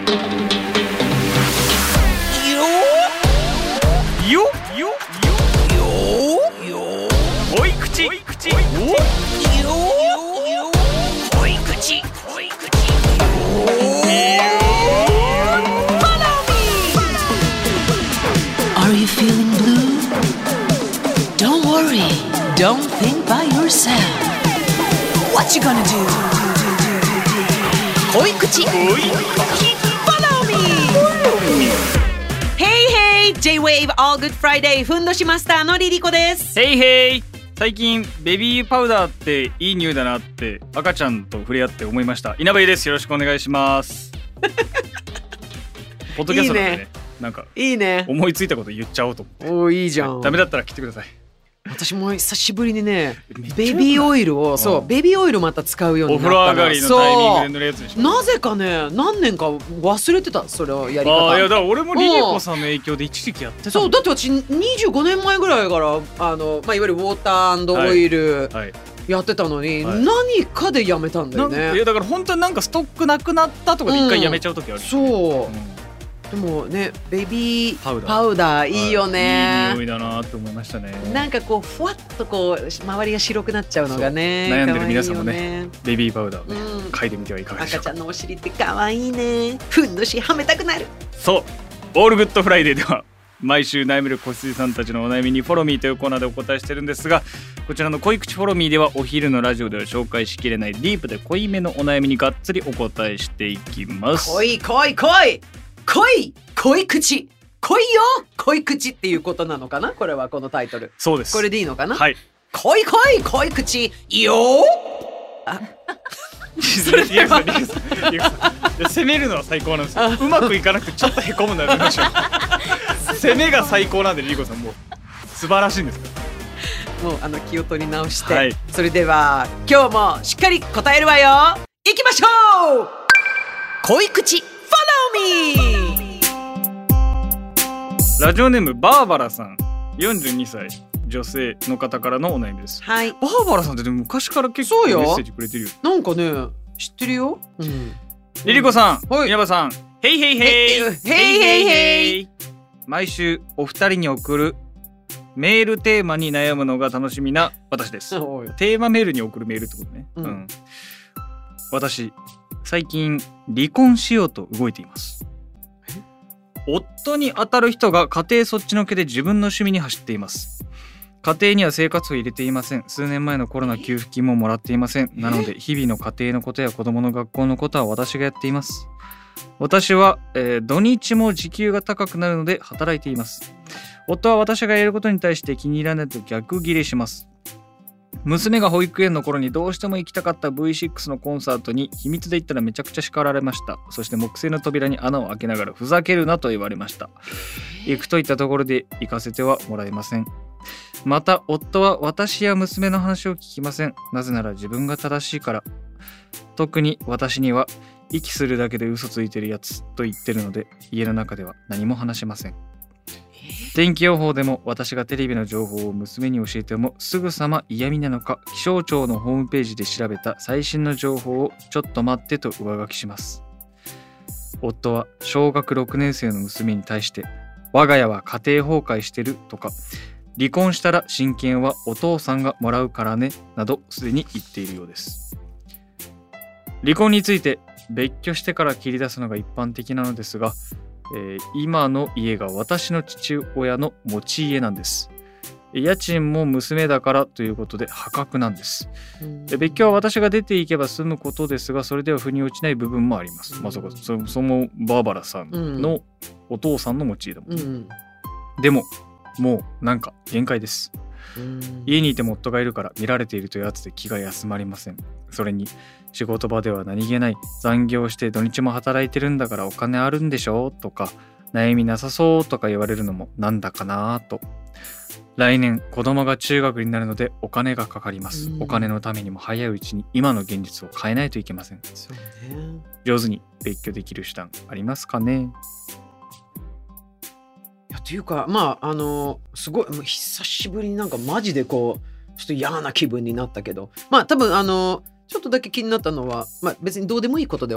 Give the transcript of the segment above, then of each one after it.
濃い口。 Are you feeling blue? Don't worry. Don't think by yourself. What you gonna do? 濃い口。Follow me. Hey hey, J-Wave All Good Friday ふんどしマスターのリリコです。 ヘイヘイ。最近ベビーパウダーっていい匂いだなって赤ちゃんと触れ合って思いました。稲葉です。よろしくお願いします。ポッドキャストなんでね、なんかいいね。 思いついたこと言っちゃおうと思って。 おーいいじゃん。 ダメだったら切ってください。 私も久しぶりにねベビーオイルをベビーオイルまた使うようになったらお風呂上がりのタイミングで塗るやつでしょ。 なぜかね何年か忘れてたそれをやり方。 いやだから俺もリリコさんの影響で一時期やってた。 そうだって私25年前ぐらいからいわゆるウォーター&オイルやってたのに、何かでやめたんだよね。 いやだから本当になんかストックなくなったとかで一回やめちゃう時ある、ね。 そう。でもねベビーパウダーいいよね。 いい匂いだなって思いましたね。 なんかこうふわっとこう周りが白くなっちゃうのがね。 悩んでる皆さんもねベビーパウダーをね、嗅いでみてはいかがでしょうか。 赤ちゃんのお尻って可愛いね。ふんどしはめたくなる。 そうオールグッドフライデーでは毎週悩める子羊さんたちのお悩みにフォロミーというコーナーでお答えしてるんですが、こちらの恋口フォロミーではお昼のラジオでは紹介しきれないディープで濃いめのお悩みにがっつりお答えしていきます。 濃い口濃いよ濃い口っていうことなのかな。これはこのタイトル。 そうです。 これでいいのかな。 はい。 濃い口よあそれリアクさん攻めるのは最高なんですよ。うまくいかなくてちょっとへこむのやめましょう。攻めが最高なんでリリコさんもう素晴らしいんですから。 もう気を取り直して、それでは今日もしっかり答えるわよ。いきましょう。濃い口ラジオネームバーバラさん、42歳女性の方からのお悩みです。 はい。 バーバラさんってでも昔から結構メッセージくれてるよ。 なんかね知ってるよ。 リリコさん、稲葉さん、ヘイヘイヘイヘイ。 毎週お二人に送るメールテーマに悩むのが楽しみな私です。テーマメールに送るメールってことね。私最近離婚しようと動いています。夫に当たる人が家庭そっちのけで自分の趣味に走っています。家庭には生活を入れていません。数年前のコロナ給付金ももらっていません。なので日々の家庭のことや子供の学校のことは私がやっています。私は、土日も時給が高くなるので働いています。夫は私がやることに対して気に入らないと逆ギレします。娘が保育園の頃にどうしても行きたかった V6 のコンサートに秘密で行ったらめちゃくちゃ叱られました。そして木製の扉に穴を開けながらふざけるなと言われました。行くといったところで行かせてはもらえません。また夫は私や娘の話を聞きません。なぜなら自分が正しいから。特に私には息するだけで嘘ついてるやつと言ってるので家の中では何も話しません。天気予報でも私がテレビの情報を娘に教えてもすぐさま嫌味なのか気象庁のホームページで調べた最新の情報をちょっと待ってと上書きします。夫は小学6年生の娘に対して我が家は家庭崩壊してるとか離婚したら親権はお父さんがもらうからねなどすでに言っているようです。離婚について別居してから切り出すのが一般的なのですが、今の家が私の父親の持ち家なんです。家賃も娘だからということで破格なんです。別居は私が出ていけば済むことですが、それでは腑に落ちない部分もあります。そのバーバラさんのお父さんの持ち家だもん。でももうなんか限界です。家にいても夫がいるから見られているというやつで気が休まりません。それに仕事場では何気ない残業して土日も働いてるんだからお金あるんでしょとか悩みなさそうとか言われるのもなんだかなと。来年子供が中学になるのでお金がかかります。お金のためにも早いうちに今の現実を変えないといけません。 そうね。 上手に別居できる手段ありますかね。 いやというかすごいもう久しぶりになんかマジでこうちょっと嫌な気分になったけど、多分ちょっとだけ気になったのは、別にどうでもいいことでは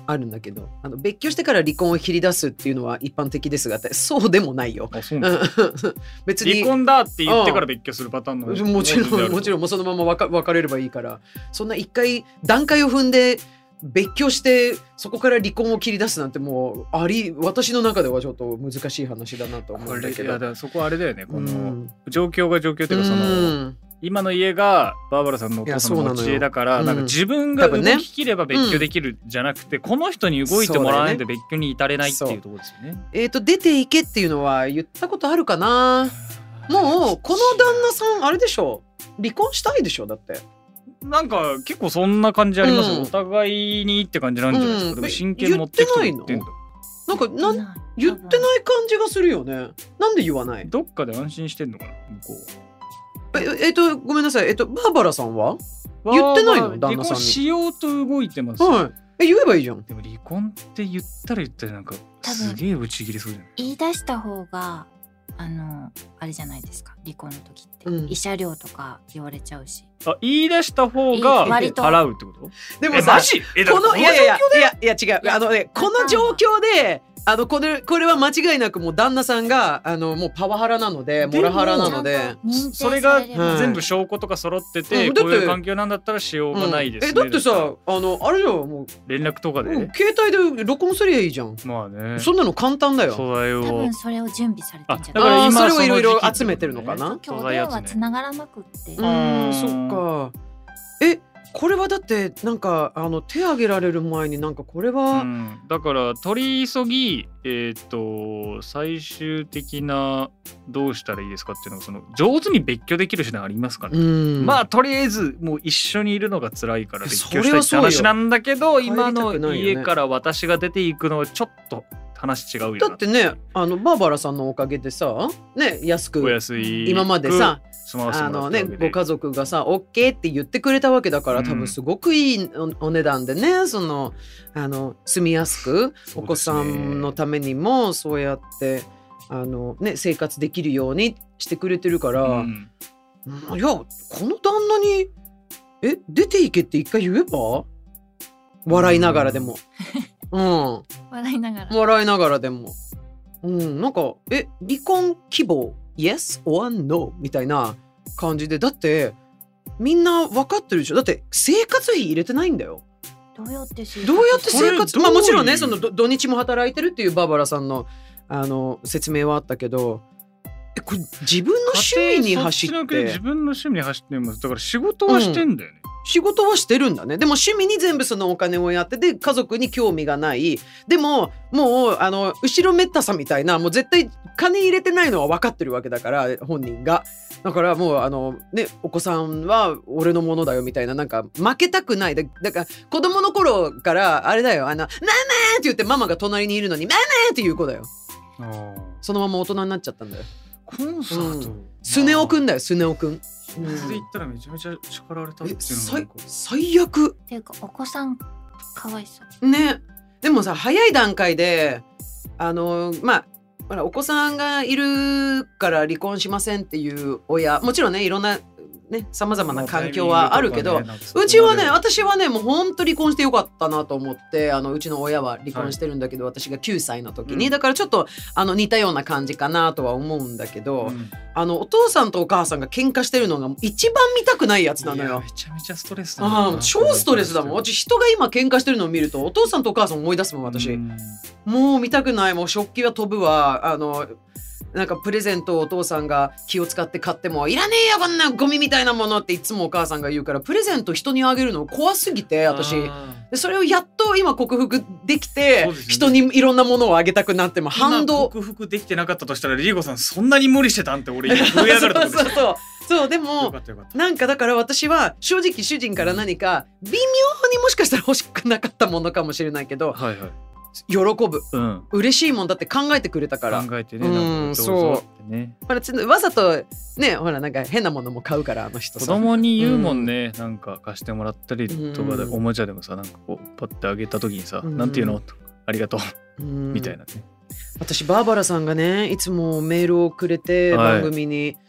あるんだけど、別居してから離婚を切り出すっていうのは一般的ですが、そうでもないよ。 別に離婚だって言ってから別居するパターンのもちろんもうそのまま別れればいいから、そんな一回段階を踏んで別居してそこから離婚を切り出すなんてもう私の中ではちょっと難しい話だなと思うんだけど、 だそこはあれだよね、この状況が状況というか、その今の家がバーバラさんのお父さんの持ち家だから、なんか自分が動き切れば別居できるじゃなくて、この人に動いてもらわないと別居に至れないっていうところですよね。 出ていけっていうのは言ったことあるかな。もうこの旦那さんあれでしょ、離婚したいでしょ。だってなんか結構そんな感じありますよ、お互いにって感じなんじゃないですか。でも真剣持ってくと言ってんだ。なんか言ってない感じがするよね。なんで言わない？ どっかで安心してんのかな、向こうは。ごめんなさい、バーバラさんは言ってないの？旦那さんに離婚しようと動いてます。 言えばいいじゃん。 でも離婚って言ったらなんかすげえブチ切れそうじゃない？ 言い出した方があれじゃないですか、離婚の時って、慰謝料とか言われちゃうし。 言い出した方が払うってこと？ でもさ、 マジ？ このいや違う、この状況でこれは間違いなくもう旦那さんがもうパワハラなので、モラハラなので、 それが全部証拠とか揃ってて、こういう環境なんだったらしようがないですね。 だってさ、あれじゃもう連絡とかで携帯で録音すりゃいいじゃん。 まあね、 そんなの簡単だよ。 そうだよ。 多分それを準備されてんじゃない？ だから今それをいろいろ集めてるのかな。 今日電話つながらなくって。 そっか。これはだってなんか手挙げられる前になんかこれは、 だから取り急ぎ最終的などうしたらいいですかっていうのが、その上手に別居できる手段ありますかね。まあとりあえずもう一緒にいるのが辛いから別居したいって話なんだけど、今の家から私が出ていくのはちょっと話違うよな。 だってねバーバラさんのおかげでさね、安く今までさご家族がさ OK って言ってくれたわけだから、多分すごくいいお値段でね、住みやすく、お子さんのためにもそうやって生活できるようにしてくれてるから、いやこの旦那に出ていけって一回言えば、笑いながらでも笑いながらでも、なんか離婚希望 Yes or No みたいな感じで、だってみんな分かってるでしょ。だって生活費入れてないんだよ。 どうやって生活、まあもちろんね、その土日も働いてるっていうバーバラさんの説明はあったけど、これ自分の趣味に走って自分の趣味に走ってます。だから仕事はしてんだよね。 仕事はしてるんだね。でも趣味に全部そのお金をやってて、家族に興味がない。でももう後ろめったさみたいな、もう絶対金入れてないのは分かってるわけだから、本人が。だからもうお子さんは俺のものだよみたいな、なんか負けたくない。だから子供の頃からあれだよ、ママーって言ってママが隣にいるのにママーっていう子だよ。そのまま大人になっちゃったんだよ。 コンサート、 スネ夫くんだよ、スネ夫くん。 それで言ったらめちゃめちゃ叱られたっていうのが最悪っていうか、お子さんかわいそうね。でもさ、早い段階でほらお子さんがいるから離婚しませんっていう親、もちろんね、いろんなね、様々な環境はあるけど、私はねもうほんと離婚してよかったなと思って、うちの親は離婚してるんだけど、私が9歳の時に、だからちょっと似たような感じかなとは思うんだけど、お父さんとお母さんが喧嘩してるのが一番見たくないやつなのよ。 めちゃめちゃストレスだな。 超ストレスだもん。私人が今喧嘩してるのを見るとお父さんとお母さん思い出すもん。私もう見たくない。もう食器は飛ぶわ。なんかプレゼントをお父さんが気を使って買ってもいらねえよこんなゴミみたいなものっていつもお母さんが言うから、プレゼント人にあげるの怖すぎて、私でそれをやっと今克服できて、人にいろんなものをあげたくなっても反動。 克服できてなかったとしたらリーゴさんそんなに無理してたんって俺今震え上がるところでしたそうでもなんかだから私は正直主人から何か微妙にもしかしたら欲しくなかったものかもしれないけど、喜ぶ、嬉しいもんだって考えてくれたから。 考えてね、そうね。 わざとね、ほらなんか変なものも買うから、人子供に言うもんね、なんか貸してもらったりとかで、おもちゃでもさ、なんかこうパッてあげた時にさ、なんていうのありがとうみたいなね。 私バーバラさんがねいつもメールをくれて番組に、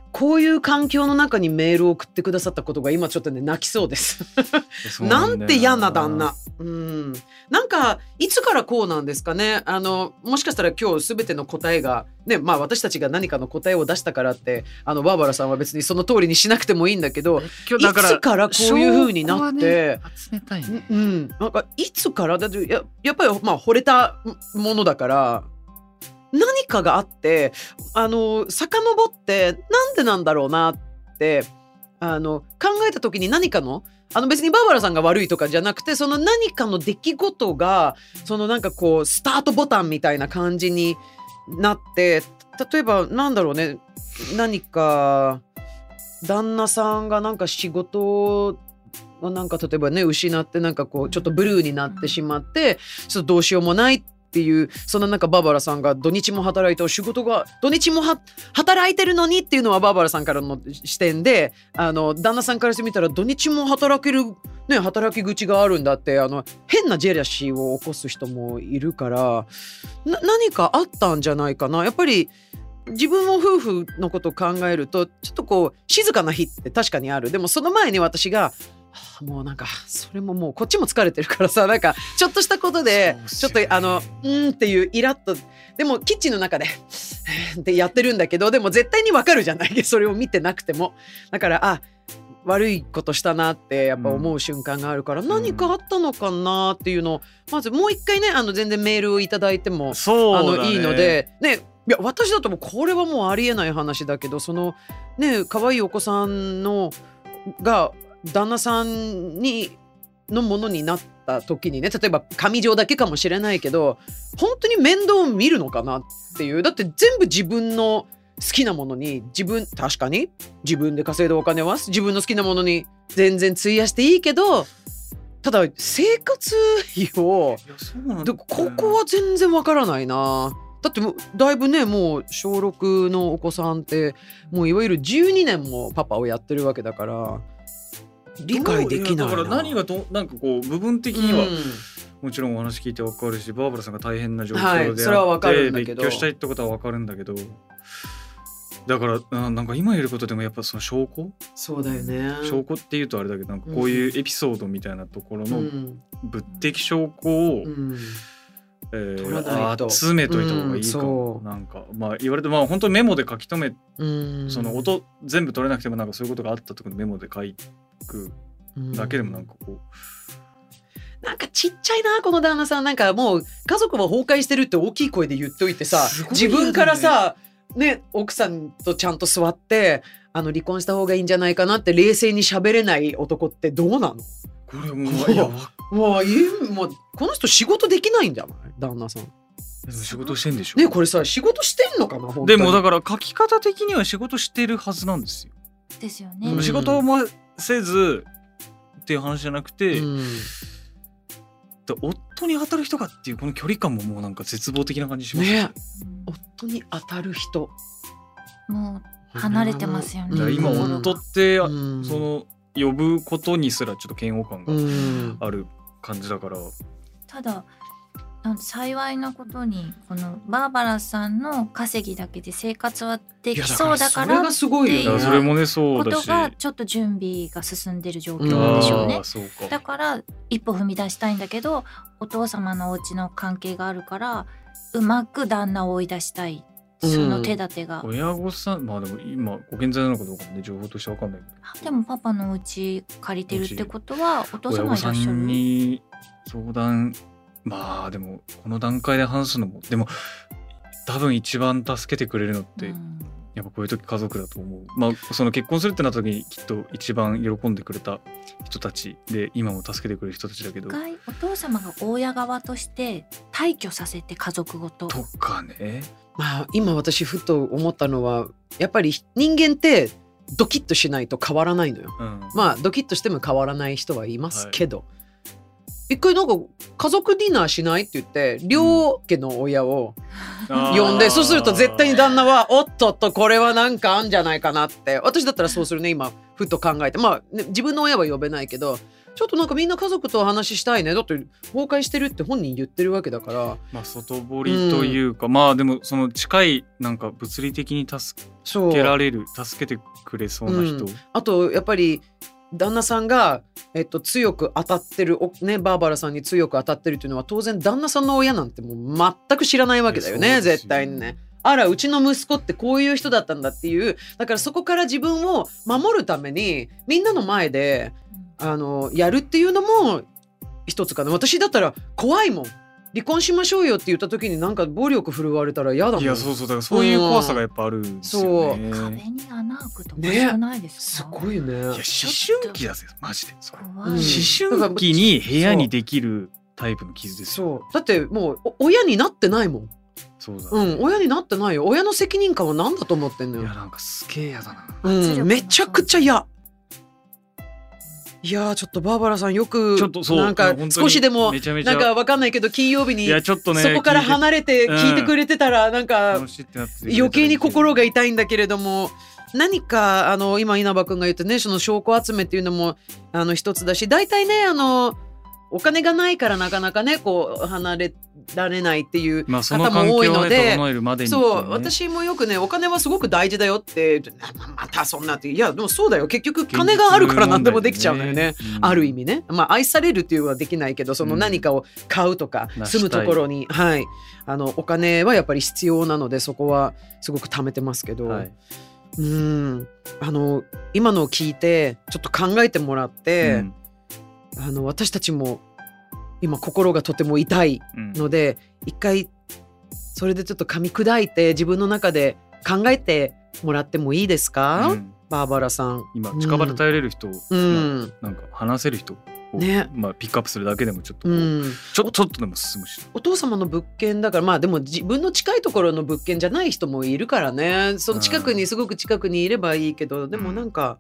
こういう環境の中にメールを送ってくださったことが今ちょっとね泣きそうですなんて嫌な旦那。なんかいつからこうなんですかね。もしかしたら今日すべての答えがね、まあ私たちが何かの答えを出したからってバーバラさんは別にその通りにしなくてもいいんだけど、いつからこういう風になって、なんかいつからだって やっぱりまあ惚れたものだから何かがあって遡ってなんでなんだろうなって考えた時に何かの別にバーバラさんが悪いとかじゃなくて、その何かの出来事がそのなんかこうスタートボタンみたいな感じになって、例えばなんだろうね、何か旦那さんがなんか仕事をなんか例えばね失ってなんかこうちょっとブルーになってしまってちょっとどうしようもないっていう、そのなんかバーバラさんが土日も働いて仕事が土日も働いてるのにっていうのはバーバラさんからの視点で、旦那さんからしてみたら土日も働けるね、働き口があるんだって変なジェラシーを起こす人もいるから何かあったんじゃないかな。やっぱり自分も夫婦のことを考えるとちょっとこう静かな日って確かにある。でもその前に私がもうなんかそれももうこっちも疲れてるからさ、なんかちょっとしたことでちょっとっていうイラッと、でもキッチンの中でってやってるんだけど、でも絶対にわかるじゃないそれを見てなくても。だから悪いことしたなってやっぱ思う瞬間があるから、何かあったのかなっていうのをまずもう一回ね全然メールをいただいても、いいのでね。いや私だともうこれはもうありえない話だけど、そのね可愛いお子さんが旦那さんのものになった時にね、例えば上条だけかもしれないけど本当に面倒を見るのかなっていう。だって全部自分の好きなものに確かに自分で稼いだお金は自分の好きなものに全然費やしていいけど、ただ生活費をここは全然わからないな。だってだいぶねもう小6のお子さんってもういわゆる12年もパパをやってるわけだから理解できないな。 だから何がなんかこう部分的には、もちろんお話聞いて分かるしバーバラさんが大変な状況でそれは分かるんだけど別居したいってことは分かるんだけど、だからなんか今言ることでもやっぱその証拠、 そうだよね、 証拠っていうとあれだけどなんかこういうエピソードみたいなところの物的証拠を、集めといた方がいいかも、なんかまあ言われて本当にメモで書き留め、その音全部取れなくてもなんかそういうことがあったとかメモで書くだけでもなんかこう、 なんかちっちゃいなこの旦那さん。なんかもう家族は崩壊してるって大きい声で言っておいてさ、自分からさね奥さんとちゃんと座って離婚した方がいいんじゃないかなって冷静に喋れない男ってどうなの？ これもうこの人仕事できないんじゃない旦那さん。 でも仕事してんでしょね。これさ仕事してんのかな。 でもだから書き方的には仕事してるはずなんですよ。 ですよね。 仕事もせずっていう話じゃなくて、夫に当たる人かっていうこの距離感ももうなんか絶望的な感じしますね。 夫に当たる人もう離れてますよね。 今夫ってその呼ぶことにすらちょっと嫌悪感がある感じだから、 ただ幸いなことにこのバーバラさんの稼ぎだけで生活はできそうだからっていうことがちょっと準備が進んでる状況なんでしょうね。だから一歩踏み出したいんだけどお父様のお家の関係があるからうまく旦那を追い出したい、その手立てが、 親御さんでも今ご健在なのかどうかもね情報として分かんないけど、 でもパパのお家借りてるってことはお父様いらっしゃる。 親御さんに相談でもこの段階で話すのもでも多分一番助けてくれるのって、やっぱこういう時家族だと思う。その結婚するってなった時にきっと一番喜んでくれた人たちで今も助けてくれる人たちだけど、 お父様が親側として退去させて家族ごととかね。 今私ふと思ったのはやっぱり人間ってドキッとしないと変わらないのよ。ドキッとしても変わらない人はいますけど、一回なんか家族ディナーしないって言って両家の親を呼んで、そうすると絶対に旦那はおっとっとこれはなんかあんじゃないかなって。私だったらそうするね。今ふと考えて自分の親は呼べないけどちょっとなんかみんな家族とお話ししたいね、だって崩壊してるって本人言ってるわけだから、 まあ外堀というか、まあでもその近いなんか物理的に助けられる、助けてくれそうな人、 あとやっぱり旦那さんが、強く当たってる、ね、バーバラさんに強く当たってるっていうのは当然旦那さんの親なんてもう全く知らないわけだよね、絶対にね。あらうちの息子ってこういう人だったんだっていう、だからそこから自分を守るためにみんなの前でやるっていうのも一つかな。私だったら怖いもん。離婚しましょうよって言った時になんか暴力振るわれたら嫌だもん。 いやそうだからそういう怖さがやっぱあるんですよね。 壁に穴開くとか少ないですか、ね、すごいね。いや思春期だぜマジでそれ。思春期に部屋にできるタイプの傷ですよ。 そうだってもう親になってないもん。 そうだ、 親になってないよ。親の責任感は何だと思ってんのよ。 いやなんかすげえ嫌だな、めちゃくちゃ嫌。いやちょっとバーバラさんよくなんか少しでもなんかわかんないけど金曜日にそこから離れて聞いてくれてたらなんか余計に心が痛いんだけれども、何か今稲葉くんが言ってね、その証拠集めっていうのも一つだし、大体ねお金がないからなかなかねこう離れられないっていう方も多いので、そう私もよくねお金はすごく大事だよってまたそんなって、いやでもそうだよ、結局金があるから何でもできちゃうのよね、ある意味ね。まあ愛されるっていうのはできないけど、その何かを買うとか住むところに、お金はやっぱり必要なので、そこはすごく貯めてますけど、今のを聞いてちょっと考えてもらって、私たちも今心がとても痛いので、一回それでちょっと噛み砕いて自分の中で考えてもらってもいいですか、バーバラさん。 今近場で頼れる人、なんか話せる人を、ピックアップするだけでもちょっとちょっとでも進むし、 お父様の物件だから、まあでも自分の近いところの物件じゃない人もいるからね、その近くにすごく近くにいればいいけど、でもなんか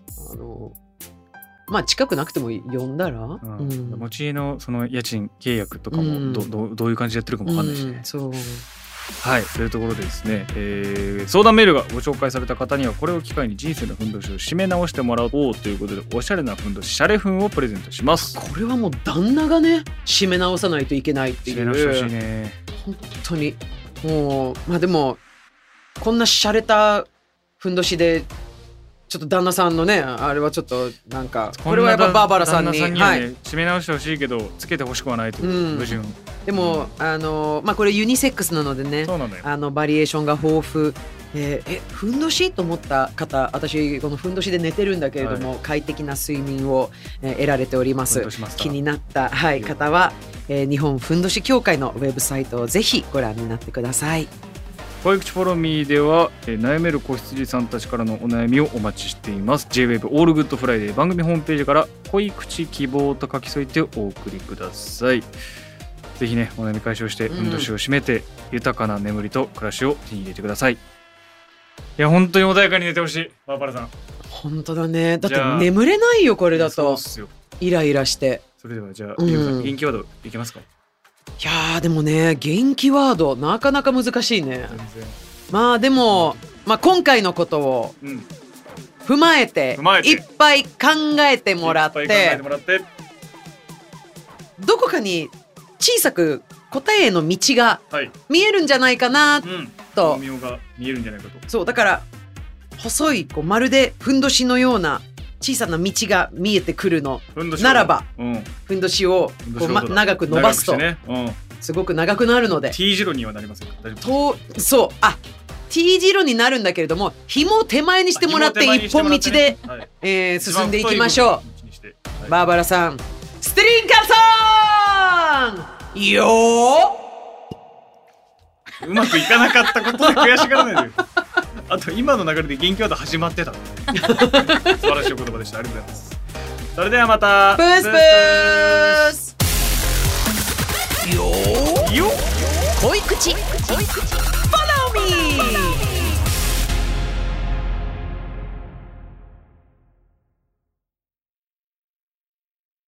まあ近くなくても呼んだら、 持ち家のその家賃契約とかもどういう感じでやってるかもわかんないしね。そうはい、というところでですね、相談メールがご紹介された方にはこれを機会に人生のふんどしを締め直してもらおうということで、おしゃれなふんどしシャレふんをプレゼントします。 これはもう旦那がね締め直さないといけないっていう。 締め直してほしいね本当に。もうまあでもこんなシャレたふんどしでちょっと旦那さんのねあれはちょっとなんかこれはやっぱバーバラさんに締め直してほしいけどつけてほしくはないという矛盾。 でもまあこれユニセックスなのでね、バリエーションが豊富。ふんどしと思った方、私このふんどしで寝てるんだけれども、快適な睡眠を得られております。気になった方は日本ふんどし協会のウェブサイトをぜひご覧になってください。 恋口フォロミーでは悩める子羊さんたちからのお悩みをお待ちしています。 J-WAVE オールグッドフライデー番組ホームページから恋口希望と書き添えてお送りください。ぜひねお悩み解消してふんどしを締めて豊かな眠りと暮らしを手に入れてください。いや本当に穏やかに寝てほしいバーバラさん。 本当だね。だって眠れないよこれだと。イライラして。 それではじゃあ元気ワードいけますか。 いやでもね元気ワードなかなか難しいね。まあでも、今回のことを踏まえていっぱい考えてもらってどこかに小さく答えへの道が見えるんじゃないかなと。 光明が見えるんじゃないかと。 そうだから細いまるでふんどしのような小さな道が見えてくるのならば、ふんどしを長く伸ばすとすごく長くなるので T 字路にはなりますよ。 そうT 字路になるんだけれども、紐を手前にしてもらって一本道で進んでいきましょう。バーバラさんステリンカさんようまくいかなかったことで悔しがらないでよあと今の流れで元気ワード始まってた素晴らしいお言葉でした。ありがとうございます。それではまたプースプースよ恋口 Follow me